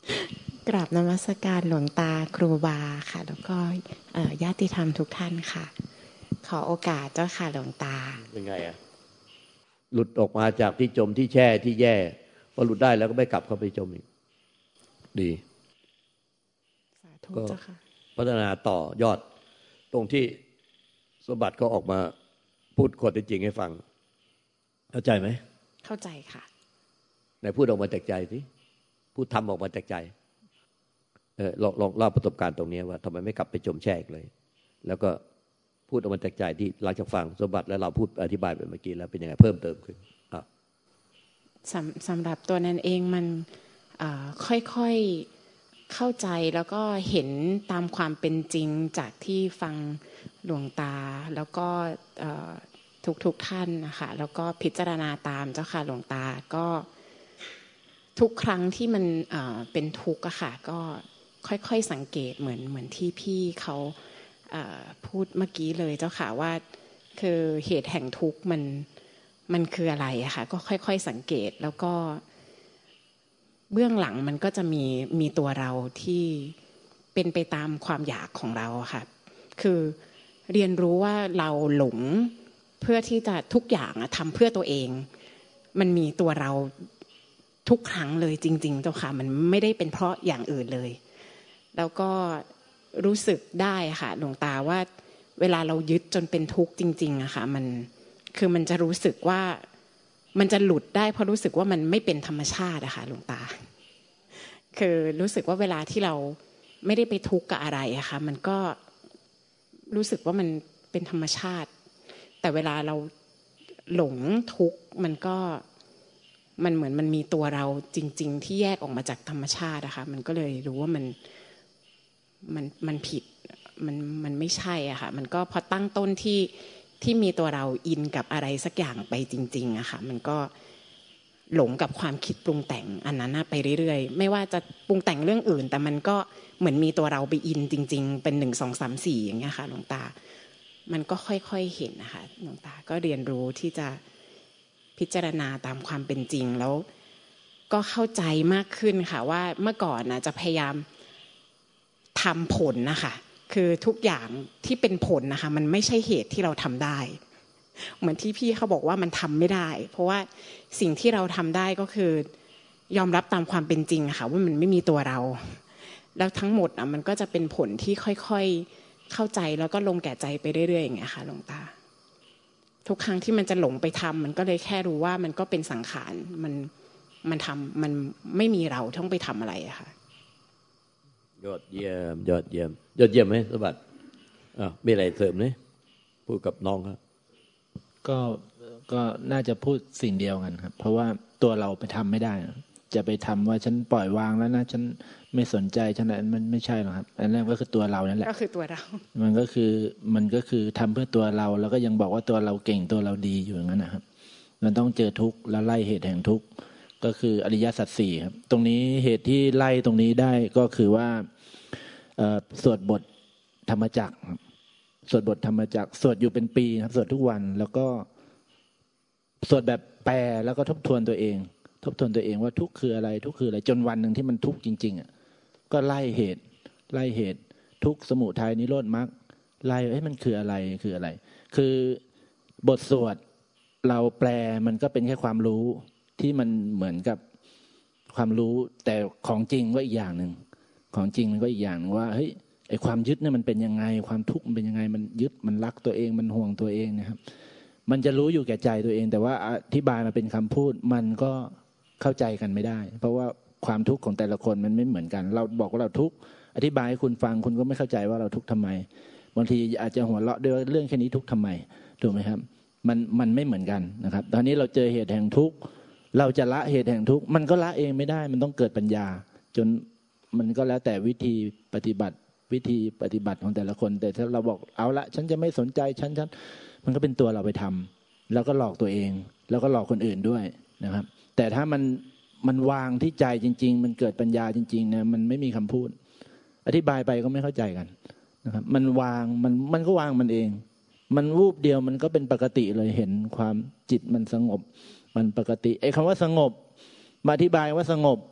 กราบนมัสการหลวงตาครูบาค่ะแล้วก็ญาติธรรมทุกท่านค่ะขอโอกาสเจ้าค่ะหลวงตาเป็นไงอ่ะหลุดออกมาจากที่จมที่แช่ที่แย่พอหลุดได้แล้วก็ไม่กลับเข้าไปจมอีกดีสาธุเจ้าค่ะพัฒนาต่อยอดตรงที่สมบัติก็ออกมาพูดข้อเท็จจริงให้ฟังเข้าใจไหมเข้าใจค่ะไหนพูดออกมาจากใจสิพูดทำออกมาจากใจลองเล่าประสบการณ์ตรงนี้ว่าทำไมไม่กลับไปจมแช่อีกเลยแล้วก็พูดออกมาจากใจที่หลังจากฟังสมบัติแล้วเราพูดอธิบายไปเมื่อกี้แล้วเป็นยังไงเพิ่มเติมขึ้นสำหรับตัวนั้นเองมันค่อยๆเข้าใจแล้วก็เห็นตามความเป็นจริงจากที่ฟังหลวงตาแล้วก็ทุกท่านนะคะแล้วก็พิจารณาตามเจ้าค่ะหลวงตาก็ทุกครั้งที่มันเป็นทุกข์อะค่ะก็ค่อยๆสังเกตเหมือนที่พี่เขาพูดเมื่อกี้เลยเจ้าค่ะว่าคือเหตุแห่งทุกข์มันคืออะไรอะค่ะก็ค่อยๆสังเกตแล้วก็เบื้องหลังมันก็จะมีตัวเราที่เป็นไปตามความอยากของเราค่ะคือเรียนรู้ว่าเราหลงเพื่อที่จะทุกอย่างทำเพื่อตัวเองมันมีตัวเราทุกครั้งเลยจริงๆเจ้าค่ะมันไม่ได้เป็นเพราะอย่างอื่นเลยแล้วก็รู้สึกได้ค่ะหลวงตาว่าเวลาเรายึดจนเป็นทุกข์จริงๆอะค่ะมันจะรู้สึกว่ามันจะหลุดได้เพราะรู้สึกว่ามันไม่เป็นธรรมชาติอะค่ะหลวงตาคือรู้สึกว่าเวลาที่เราไม่ได้ไปทุกข์กับอะไรอะค่ะมันก็รู้สึกว่ามันเป็นธรรมชาติแต่เวลาเราหลงทุกข์มันเหมือนมันมีตัวเราจริงๆที่แยกออกมาจากธรรมชาติอะค่ะมันก็เลยรู้ว่ามันผิดมันไม่ใช่อ่ะค่ะมันก็พอตั้งต้นที่มีตัวเราอินกับอะไรสักอย่างไปจริงๆอะค่ะมันก็หลงกับความคิดปรุงแต่งอันนั้นไปเรื่อยๆไม่ว่าจะปรุงแต่งเรื่องอื่นแต่มันก็เหมือนมีตัวเราไปอินจริงๆเป็น1 2 3 4อย่างเงี้ยค่ะหลวงตามันก็ค่อยๆเห็นนะคะหลวงตาก็เรียนรู้ที่จะพิจารณาตามความเป็นจริงแล้วก็เข้าใจมากขึ้นค่ะว่าเมื่อก่อนนะจะพยายามทำผลนะคะคือทุกอย่างที่เป็นผลนะคะมันไม่ใช่เหตุที่เราทำได้เหมือนที่พี่เขาบอกว่ามันทำไม่ได้เพราะว่าสิ่งที่เราทำได้ก็คือยอมรับตามความเป็นจริงค่ะว่ามันไม่มีตัวเราแล้วทั้งหมดมันก็จะเป็นผลที่ค่อยๆเข้าใจแล้วก็ลงแก่ใจไปเรื่อยๆอย่างเงี้ยค่ะหลวงตาทุกครั้งที่มันจะหลงไปทำมันก็เลยแค่รู้ว่ามันก็เป็นสังขารมันทำมันไม่มีเราต้องไปทำอะไรอะค่ะยอดเยี่ยมยอดเยี่ยมยอดเยี่ยมไหมสมบัติมีอะไรเสริมไหมพูดกับน้องครับก็น่าจะพูดสิ่งเดียวกันครับเพราะว่าตัวเราไปทำไม่ได้จะไปทำว่าฉันปล่อยวางแล้วนะฉันไม่สนใจฉันมันไม่ใช่หรอกครับอันนั้นก็คือตัวเรานั่นแหละก็คือตัวเรามันก็คือทำเพื่อตัวเราแล้วก็ยังบอกว่าตัวเราเก่งตัวเราดีอยู่อย่างนั้นนะครับมันต้องเจอทุกข์แล้วไล่เหตุแห่งทุกข์ก็คืออริยสัจสี่ครับตรงนี้เหตุที่ไล่ตรงนี้ได้ก็คือว่าสวดบทธรรมจักรสวดบทธรรมจักรสวดอยู่เป็นปีครับสวดทุกวันแล้วก็สวดแบบแปลแล้วก็ทบทวนตัวเองว่าทุกข์คืออะไรทุกข์คืออะไรจนวันหนึ่งที่มันทุกข์จริงๆก็ไล่เหตุทุกข์สมุทัยนิโรธมรรคไล่มันคืออะไรคือบทสวดเราแปลมันก็เป็นแค่ความรู้ที่มันเหมือนกับความรู้แต่ของจริงก็อีกอย่างหนึ่งของจริงมันก็อีกอย่างว่าเฮ้ยไอ้ความยึดเนี่ยมันเป็นยังไงความทุกข์มันเป็นยังไงมันยึดมันรักตัวเองมันห่วงตัวเองนะครับมันจะรู้อยู่แก่ใจตัวเองแต่ว่าอธิบายมาเป็นคำพูดมันก็เข้าใจกันไม่ได้เพราะว่าความทุกข์ของแต่ละคนมันไม่เหมือนกันเราบอกว่าเราทุกข์อธิบายให้คุณฟังคุณก็ไม่เข้าใจว่าเราทุกข์ทำไมบางทีอาจจะหัวเราะด้วยเรื่องแค่นี้ทุกข์ทำไมถูกไหมครับมันไม่เหมือนกันนะครับตอนนี้เราเจอเหตุแห่งทุกข์เราจะละเหตุแห่งทุกข์มันก็ละเองไม่ได้มันต้องเกิดปัญญาจนมันก็แล้วแต่วิธีปฏิบัติของแต่ละคนแต่ถ้าเราบอกเอาละฉันจะไม่สนใจฉันมันก็เป็นตัวเราไปทำแล้วก็หลอกตัวเองแล้วก็หลอกคนอื่นด้วยนะครับแต่ถ้ามันวางที่ใจจริงๆมันเกิดปัญญาจริงๆนะมันไม่มีคำพูดอธิบายไปก็ไม่เข้าใจกันนะครับมันวางมันก็วางมันเองมันวูบเดียวมันก็เป็นปกติเลยเห็นความจิตมันสงบมันปกติไอ้คำว่าสงบมาอธิบายว่าสงบ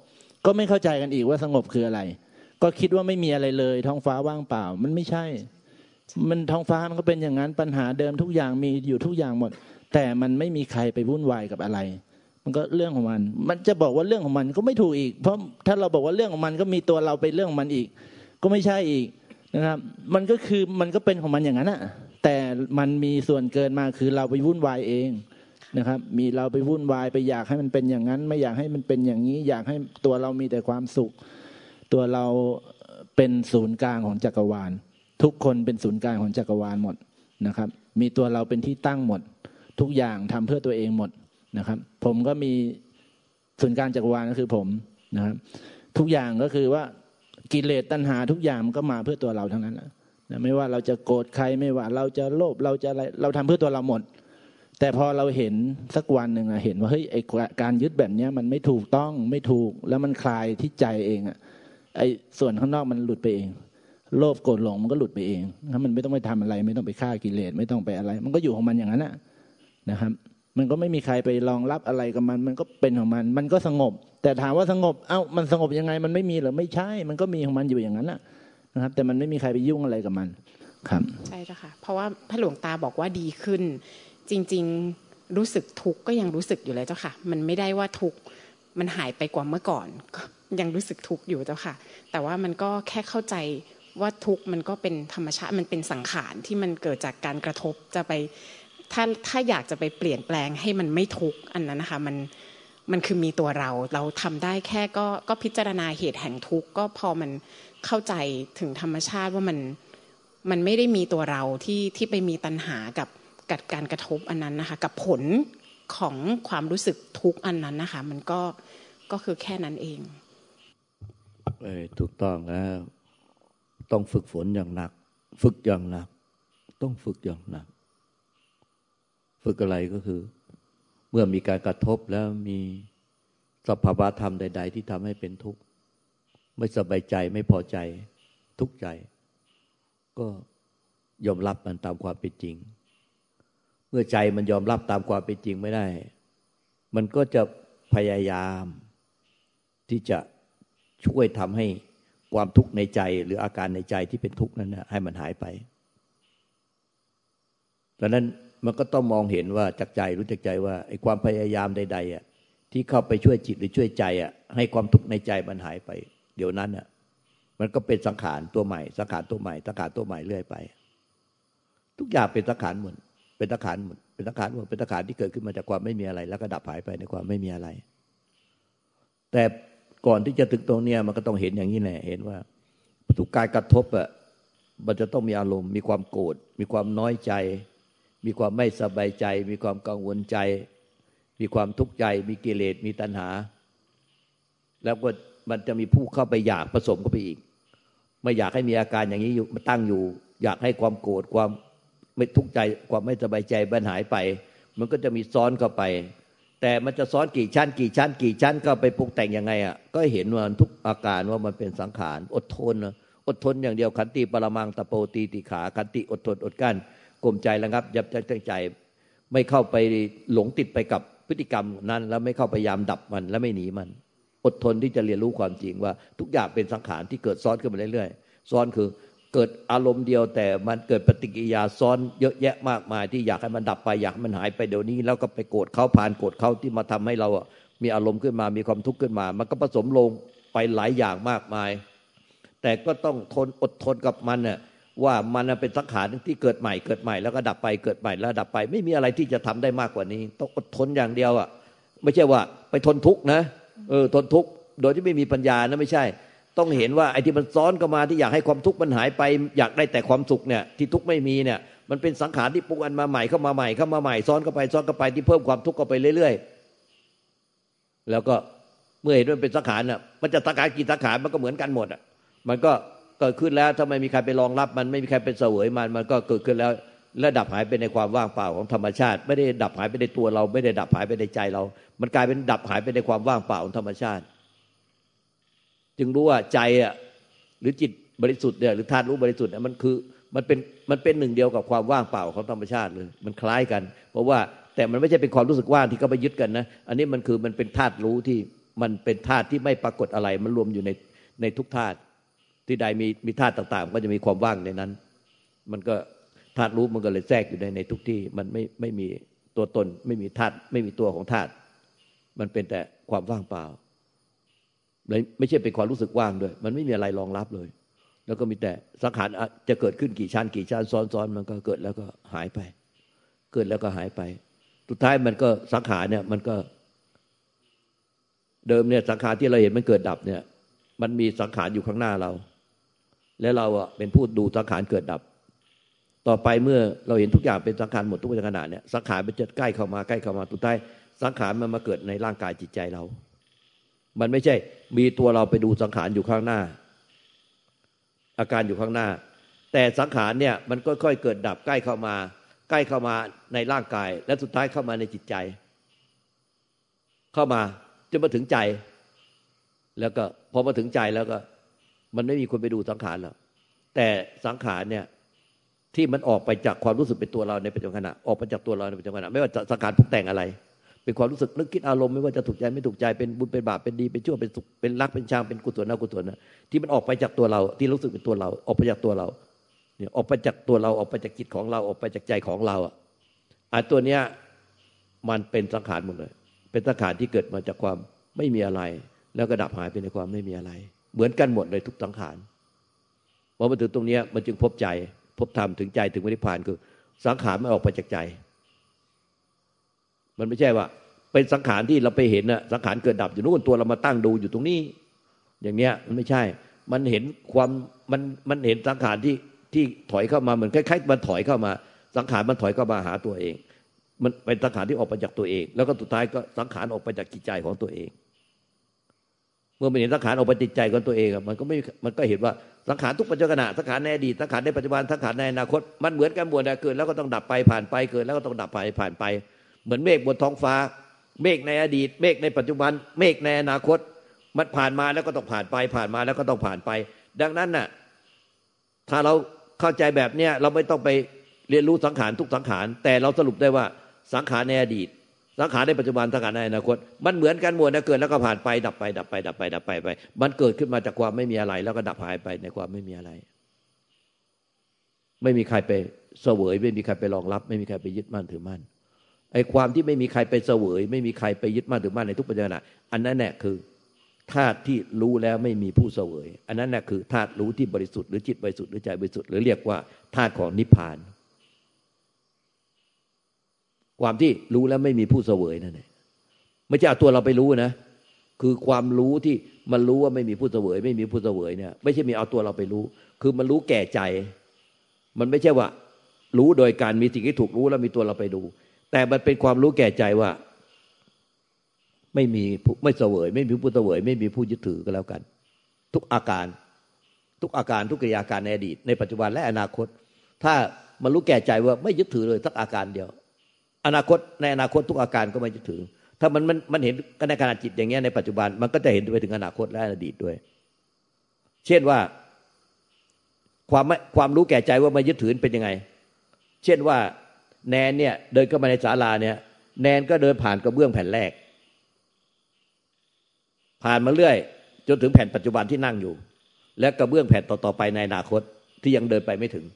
ก็ไม่เข้าใจกันอีกว่าสงบคืออะไรก็คิดว่าไม่มีอะไรเลยท้องฟ้าว่างเปล่ามันไม่ใช่มันท้องฟ้ามันก็เป็นอย่างนั้นปัญหาเดิมทุกอย่างมีอยู่ทุกอย่างหมดแต่มันไม่มีใครไปวุ่นวายกับอะไรมันก็เรื่องของมันจะบอกว่าเรื่องของมันก็ไม่ถูกอีกเพราะถ้าเราบอกว่าเรื่องของมันก็มีตัวเราไปเรื่องของมันอีกก็ไม่ใช่อีกนะครับมันก็คือมันก็เป็นของมันอย่างนั้นน่ะแต่มันมีส่วนเกินมาคือเราไปวุ่นวายเองนะครับมีเราไปวุ่นวายไปอยากให้มันเป็นอย่างนั้นไม่อยากให้มันเป็นอย่างนี้อยากให้ตัวเรามีแต่ความสุขตัวเราเป็นศูนย์กลางของจักรวาลทุกคนเป็นศูนย์กลางของจักรวาลหมดนะครับมีตัวเราเป็นที่ตั้งหมดทุกอย่างทำเพื่อตัวเองหมดนะครับผมก็มีศูนย์กลางจักรวาลก็คือผมนะครับทุกอย่างก็คือว่ากิเลสตัณหาทุกอย่างมันก็มาเพื่อตัวเราทั้งนั้นนะไม่ว่าเราจะโกรธใครไม่ว่าเราจะโลภเราจะอะไรเราทำเพื่อตัวเราหมดแต่พอเราเห็นสักวันหนึ่งเห็นว่าเฮ้ยไอการยึดแบบนี้มันไม่ถูกต้องไม่ถูกแล้วมันคลายที่ใจเองไอส่วนข้างนอกมันหลุดไปเองโลภโกรธหลงมันก็หลุดไปเองถ้ามันไม่ต้องไปทำอะไรไม่ต้องไปฆ่ากิเลสไม่ต้องไปอะไรมันก็อยู่ของมันอย่างนั้นนะครับมันก็ไม่มีใครไปรองรับอะไรกับมันมันก็เป็นของมันมันก็สงบแต่ถามว่าสงบมันสงบยังไงมันไม่มีหรือไม่ใช่มันก็มีของมันอยู่อย่างนั้นนะครับแต่มันไม่มีใครไปยุ่งอะไรกับมันครับใช่จ้ะค่ะเพราะว่าพระหลวงตาบอกว่าดีขึ้นจริงๆรู้สึกทุกข์ก็ยังรู้สึกอยู่เลยเจ้าค่ะมันไม่ได้ว่าทุกข์มันหายไปกว่าเมื่อก่อนยังรู้สึกทุกข์อยู่เจ้าค่ะแต่ว่ามันก็แค่เข้าใจว่าทุกข์มันก็เป็นธรรมชาติมันเป็นสังขารที่มันเกิดจากการกระทบจะไปถ้าอยากจะไปเปลี่ยนแปลงให้มันไม่ทุกข์อันนั้นนะคะมันคือมีตัวเราทำได้แค่ก็พิจารณาเหตุแห่งทุกข์ก็พอมันเข้าใจถึงธรรมชาติว่ามันไม่ได้มีตัวเราที่ไปมีตัณหากับการกระทบอันนั้นนะคะกับผลของความรู้สึกทุกข์อันนั้นนะคะมันก็คือแค่นั้นเองถูกต้องแล้วต้องฝึกฝนอย่างหนักฝึกอย่างหนักต้องฝึกอย่างหนักฝึกอะไรก็คือเมื่อมีการกระทบแล้วมีสภาวะธรรมใดๆที่ทำให้เป็นทุกข์ไม่สบายใจไม่พอใจทุกข์ใจก็ยอมรับมันตามความเป็นจริงเมื่อใจมันยอมรับตามความเป็นจริงไม่ได้มันก็จะพยายามที่จะช่วยทำให้ความทุกข์ในใจหรืออาการในใจที่เป็นทุกข์นั้นนะให้มันหายไปดังนั้นมันก็ต้องมองเห็นว่าจากใจรู้จักใจว่าไอ้ความพยายามใดๆที่เข้าไปช่วยจิตหรือช่วยใจให้ความทุกข์ในใจมันหายไปเดี๋ยวนั้นมันก็เป็นสังขารตัวใหม่สังขารตัวใหม่สังขารตัวใหม่เรื่อยไปทุกอย่างเป็นสังขารหมดเป็นสังขารหมดเป็นสังขารหมดเป็นสังขารที่เกิดขึ้นมาจากความไม่มีอะไรแล้วก็ดับหายไปในความไม่มีอะไรแต่ก่อนที่จะถึงตรงนี้มันก็ต้องเห็นอย่างนี้แหละเห็นว่าทุกการกระทบมันจะต้องมีอารมณ์มีความโกรธมีความน้อยใจมีความไม่สบายใจมีความกังวลใจมีความทุกข์ใจมีกิเลสมีตัณหาแล้วก็มันจะมีผู้เข้าไปอยากผสมเข้าไปอีกไม่อยากให้มีอาการอย่างนี้อยู่มาตั้งอยู่อยากให้ความโกรธความไม่ทุกข์ใจความไม่สบายใจมันหายไปมันก็จะมีซ้อนเข้าไปแต่มันจะซ้อนกี่ชั้นกี่ชั้นกี่ชั้นก็ไปปรุงแต่งยังไงก็เห็นว่าทุกอาการว่ามันเป็นสังขารอดทนอดทนอย่างเดียวขันติปรมังตะโปตีติขาขันติอดทนอดกั้นกลมใจระงับยับยั้งตั้งใจไม่เข้าไปหลงติดไปกับพฤติกรรมนั้นแล้วไม่เข้าพยายามดับมันและไม่หนีมันอดทนที่จะเรียนรู้ความจริงว่าทุกอย่างเป็นสังขารที่เกิดซ้อนขึ้นมาเรื่อยๆซ้อนคือเกิดอารมณ์เดียวแต่มันเกิดปฏิกิริยาซ้อนเยอะแยะมากมายที่อยากให้มันดับไปอยากให้มันหายไปเดี๋ยวนี้แล้วก็ไปโกรธเขาผ่านโกรธเขาที่มาทำให้เรามีอารมณ์ขึ้นมามีความทุกข์ขึ้นมามันก็ผสมลงไปหลายอย่างมากมายแต่ก็ต้องทนอดทนกับมันว่ามันเป็นสังขารที่เกิดใหม่เกิดใหม่แล้วก็ดับไปเกิดใหม่แล้วดับไปไม่มีอะไรที่จะทำได้มากกว่านี้ต้องอดทนอย่างเดียวไม่ใช่ว่าไปทนทุกข์นะทนทุกข์โดยที่ไม่มีปัญญานะไม่ใช่ต้องเห็นว่าไอ้ที่มันซ้อนเข้ามาที่อยากให้ความทุกข์มันหายไปอยากได้แต่ความสุขเนี่ยที่ทุกข์ไม่มีเนี่ยมันเป็นสังขารที่ปรุงอันมาใหม่เข้ามาใหม่เข้ามาใหม่ซ้อนเข้าไปซ้อนเข้าไปที่เพิ่มความทุกข์เข้าไปเรื่อยๆแล้วก็เมื่อเห็นว่าเป็นสังขารมันจะสังขารกี่สังขารมันก็เหมือนกันหมดมันก็เกิดขึ้นแล้วถ้าไม่มีใครไปรองรับมันไม่มีใครเป็นเสวยมันก็เกิดขึ้นแล้วและดับหายไปในความว่างเปล่าของธรรมชาติไม่ได้ดับหายไปในตัวเราไม่ได้ดับหายไปในใจเรามันกลายเป็นดับหายไปในความว่างเปล่าของธรรมชาติจึงรู้ว่าใจหรือจิตบริสุทธิ์หรือธาตุรู้บริสุทธิ์มันเป็นหนึ่งเดียวกับความว่างเปล่าของธรรมชาติเลยมันคล้ายกันเพราะว่าแต่มันไม่ใช่เป็นความรู้สึกว่างที่เขาไปยึดกันนะอันนี้มันเป็นธาตุรู้ที่มันเป็นธาตุที่ไม่ปรากฏอะไรมันรวมอยู่ในทุกธาตุที่ใดมีธาตุต่างๆก็จะมีความว่างในนั้นมันก็ธาตุรู้มันก็เลยแทรกอยู่ในทุกที่มันไม่มีตัวตนไม่มีธาตุไม่มีตัวของธาตุมันเป็นแต่ความว่างเปล่าเลยไม่ใช่เป็นความรู้สึกว่างด้วยมันไม่มีอะไรรองรับเลยแล้วก็มีแต่สังขารจะเกิดขึ้นกี่ชั้นซ้อนๆมันก็เกิดแล้วก็หายไปเกิดแล้วก็หายไปสุดท้ายมันก็สังขารเนี่ยมันก็เดิมเนี่ยสังขารที่เราเห็นมันเกิดดับเนี่ยมันมีสังขารอยู่ข้างหน้าเราและเราเป็นผู้ดูสังขารเกิดดับต่อไปเมื่อเราเห็นทุกอย่างเป็นสังขารหมดทุกขณะเนี่ยสังขารมันจะใกล้เข้ามาสุดท้ายสังขารมันมาเกิดในร่างกายจิตใจเรามันไม่ใช่มีตัวเราไปดูสังขารอยู่ข้างหน้าอาการอยู่ข้างหน้าแต่สังขารเนี่ยมันค่อยๆเกิดดับใกล้เข้ามาในร่างกายและสุดท้ายเข้ามาในจิตใจเข้ามาจนมาถึงใจแล้วก็พอมาถึงใจแล้วก็มันไม่มีคนไปดูสังขารแล้วแต่สังขารเนี่ยที่มันออกไปจากความรู้สึกเป็นตัวเราในปัจจุบันขณะออกไปจากตัวเราในปัจจุบันขณะไม่ว่าสังขารปรุงแต่งอะไรเป็นความรู้สึกนึกคิดอารมณ์ไม่ว่าจะถูกใจไม่ถูกใจเป็นบุญเป็นบาปเป็นดีเป็นชั่วเป็นสุขเป็นรักเป็นชังเป็นกุศลอกุศลนะที่มันออกไปจากตัวเราที่รู้สึกเป็นตัวเราออกไปจากตัวเราเนี่ยออกไปจากตัวเราออกไปจากจิตของเราออกไปจากใจของเราตัวเนี้ยมันเป็นสังขารหมดเลยเป็นสังขารที่เกิดมาจากความไม่มีอะไรแล้วก็ดับหายไปในความไม่มีอะไรเหมือนกันหมดเลยทุกสังขารพอมาถึงตรงนี้มันจึงพบใจพบธรรมถึงใจถึงนิพพานคือสังขารมันออกไปจากใจมันไม่ใช่ว่าเป็นสังขารที่เราไปเห็นน่ะสังขารเกิดดับอยู่นู่นตัวเรามาตั้งดูอยู่ตรงนี้อย่างเนี้ยมันไม่ใช่มันเห็นความมันเห็นสังขารที่ถอยเข้ามาเหมือนคล้ายๆมันถอยเข้ามาสังขารมันถอยเข้ามาหาตัวเองมันเป็นสังขารที่ออกไปจากตัวเองแล้วก็สุดท้ายก็สังขารออกไปจากจิตใจของตัวเองเมื่อมันเห็นสังขารออกไปจิตใจของตัวเองมันก็เห็นว่าสังขารทุกปัจจุบันสังขารในอดีตสังขารในปัจจุบันสังขารในอนาคตมันเหมือนกันหมดเกิดแล้วก็ต้องดับไปผ่านไปเกิดแล้วก็ต้องดับไปผ่านไปเหมือนเมฆบนท้องฟ้าเมฆในอดีตเมฆในปัจจุบันเมฆในอนาคตมันผ่านมาแล้วก็ต้องผ่านไปผ่านมาแล้วก็ต้องผ่านไปดังนั้นน่ะถ้าเราเข้าใจแบบเนี้ยเราไม่ต้องไปเรียนรู้สังขารทุกสังขารแต่เราสรุปได้ว่าสังขารในอดีตสังขารในปัจจุบันสังขารในอนาคตมันเหมือนกันหมดเกิดแล้วก็ผ่านไปดับไปดับไปดับไปดับไปไปมันเกิดขึ้นมาจากความไม่มีอะไรแล้วก็ดับหายไปในความไม่มีอะไรไม่มีใครไปเสวยไม่มีใครไปรองรับไม่มีใครไปยึดมั่นถือมั่นไอ้ความที่ไม่มีใครไปเสวยไม่มีใครไปยึดมั่นถือมั่นในทุกปัจจุบันอันนั้นแหละคือธาตุที่รู้แล้วไม่มีผู้เสวยอันนั้นแหละคือธาตุรู้ที่บริสุทธิ์หรือจิตบริสุทธิ์หรือใจบริสุทธิ์หรือเรียกว่าธาตุของนิพพานความที่รู้แล้วไม่มีผู้เสวยนั่นเองไม่ใช่เอาตัวเราไปรู้นะคือความรู้ที่มันรู้ว่าไม่มีผู้เสวยไม่มีผู้เสวยเนี่ยไม่ใช่มีเอาตัวเราไปรู้คือมันรู้แก่ใจมันไม่ใช่ว่ารู้โดยการมีสิ่งที่ถูกรู้แล้วมีตัวเราไปดูแต่มันเป็นความรู้แก่ใจว่าไม่เสวยไม่มีผู้เสวยไม่มีผู้ยึดถือก็แล้วกันทุกอาการทุกกิริยาการในอดีตในปัจจุบันและอนาคตถ้ามันรู้แก่ใจว่าไม่ยึดถือเลยสักอาการเดียวในอนาคตทุกอาการก็ไม่ยึดถือถ้ามันเห็นในขณะจิตอย่างเงี้ยในปัจจุบันมันก็จะเห็นไปถึงอนาคตและอดีตด้วยเช่นว่าความรู้แก่ใจว่าไม่ยึดถือเป็นยังไงเช่นว่าแนนเนี่ยเดินเข้ามาในศาลาเนี่ยแนนก็เดินผ่านกระเบื้องแผ่นแรกผ่านมาเรื่อยจนถึงแผ่นปัจจุบันที่นั่งอยู่และกระเบื้องแผ่นต่อๆไปในอนาคตที่ยังเดินไปไม่ถึง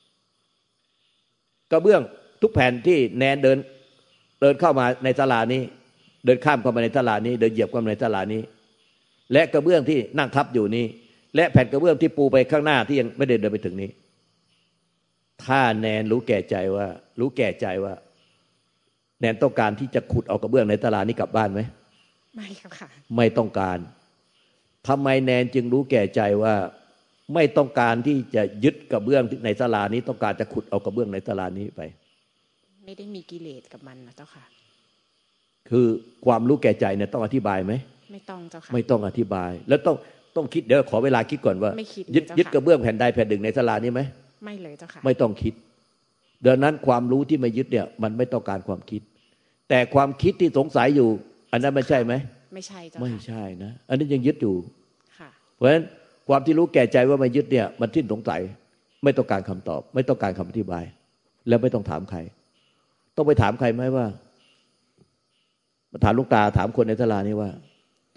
กระเบื้องทุกแผ่นที่แนนเดินเข้ามาในศาลานี้เดินข้ามเข้ามาในศาลานี้เดินเหยียบเข้ามาในศาลานี้และกระเบื้องที่นั่งทับอยู่นี้และแผ่นกระเบื้องที่ปูไปข้างหน้าที่ยังไม่ได้เดินไปถึงนี้ถ้าแนนรู้แก่ใจว่าแนนต้องการที่จะขุดเอากระเบื้องในศาลานี้กลับบ้านไหมไม่ค่ะไม่ต้องการทำไมแนนจึงรู้แก่ใจว่าไม่ต้องการที่จะยึดกระเบื้องในศาลานี้ต้องการจะขุดเอากระเบื้องในศาลานี้ไปไม่ได้มีกิเลสกับมันนะเจ้าค่ะคือความรู้แก่ใจเนี่ยต้องอธิบายไหมไม่ต้องเจ้าค่ะไม่ต้องอธิบายแล้วต้องคิดเดี๋ยวขอเวลาคิดก่อนว่ายึดกระเบื้องแผ่นใดแผ่นหนึ่งในศาลานี้ไหมไม่เลยเจ้าค่ะไม่ต้องคิดดังนั้นความรู้ที่ไม่ยึดเนี่ยมันไม่ต้องการความคิดแต่ความคิดที่สงสัยอยู่อันนั้นไม่ใช่ไหมไม่ใช่เจ้าค่ะไม่ใช่นะอันนี้ยังยึดอยู่ค่ะเพราะฉะนั้นความที่รู้แก่ใจว่าไม่ยึดเนี่ยมันสิ้นสงสัยไม่ต้องการคำตอบไม่ต้องการคำอธิบายแล้วไม่ต้องถามใครต้องไปถามใครไหมว่าถามลูกตาถามคนในศาลานี่ว่า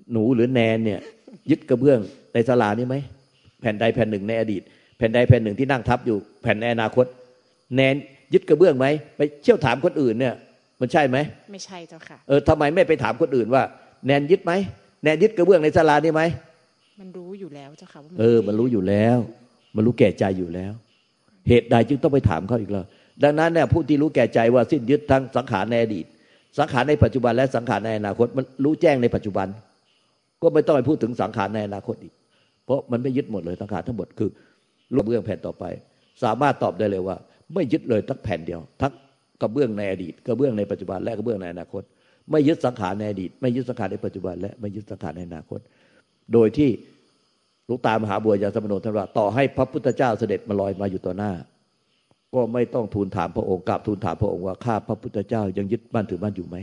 หนูหรือแนนเนี่ยยึดกระเบื้องในศาลานี่ไหมแผ่นใดแผ่นหนึ่งในอดีตแผ่นใดแผ่นหนึ่งที่นั่งทับอยู่แผ่นในอนาคตแนนยึดกระเบื้องไหมไปเชี่ยวถามคนอื่นเนี่ยมันใช่ไหมไม่ใช่เจ้าค่ะทำไมไม่ไปถามคนอื่นว่าแนนยึดไหมแนนยึดกระเบื้องในศาลานี่ไหมมันรู้อยู่แล้วเจ้าค่ะว่ามันรู้อยู่แล้วมันรู้แก่ใจอยู่แล้วเหตุใดจึงต้องไปถามเขาอีกล่ะดังนั้นเนี่ยผู้ที่รู้แก่ใจว่าสิ้นยึดทั้งสังขารในอดีตสังขารในปัจจุบันและสังขารในอนาคตมันรู้แจ้งในปัจจุบันก็ไม่ต้องไปพูดถึงสังขารในอนาคตอีกเพราะมันไม่ยึดหมดเลยสังขารทั้งหมดคือรูปเบื้องแผ่นต่อไปสามารถตอบได้เลยว่าไม่ยึดเลยทั้งแผ่นเดียวทั้งกระเบื้องในอดีตกระเบื้องในปัจจุบันและกระเบื้องในอนาคตไม่ยึดสังขารในอดีตไม่ยึดสังขารในปัจจุบันและไม่ยึดสังขารในอนาคตโดยที่หลวงตามหาบัวยานสัมปันโนท่านว่าต่อให้พระพุทธเจ้าเสด็จมาลอยมาอยู่ต่อหน้าก็ไม่ต้องทูลถามพระองค์กราบทูลถามพระองค์ว่าข้าพระพุทธเจ้ายังยึดมั่นถือมั่นอยู่ไหม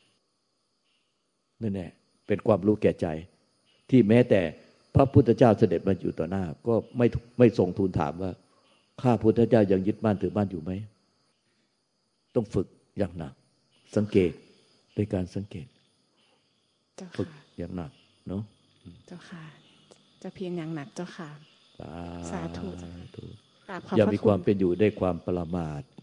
นั่นแหละเป็นความรู้แก่ใจที่แม้แต่พระพุทธเจ้าเสด็จมาอยู่ต่อหน้าก็ไม่ทรงทูลถามว่าข้าพุทธเจ้ายังยึดมั่นถือมั่นอยู่ไหมต้องฝึกอย่างหนักสังเกตโดยการสังเกตฝึกอย่างหนักเนาะเจ้าค่ะจะเพียรอย่างหนักเจ้าค่ะสาธุอย่ามีความเป็นอยู่ด้วยความประมาท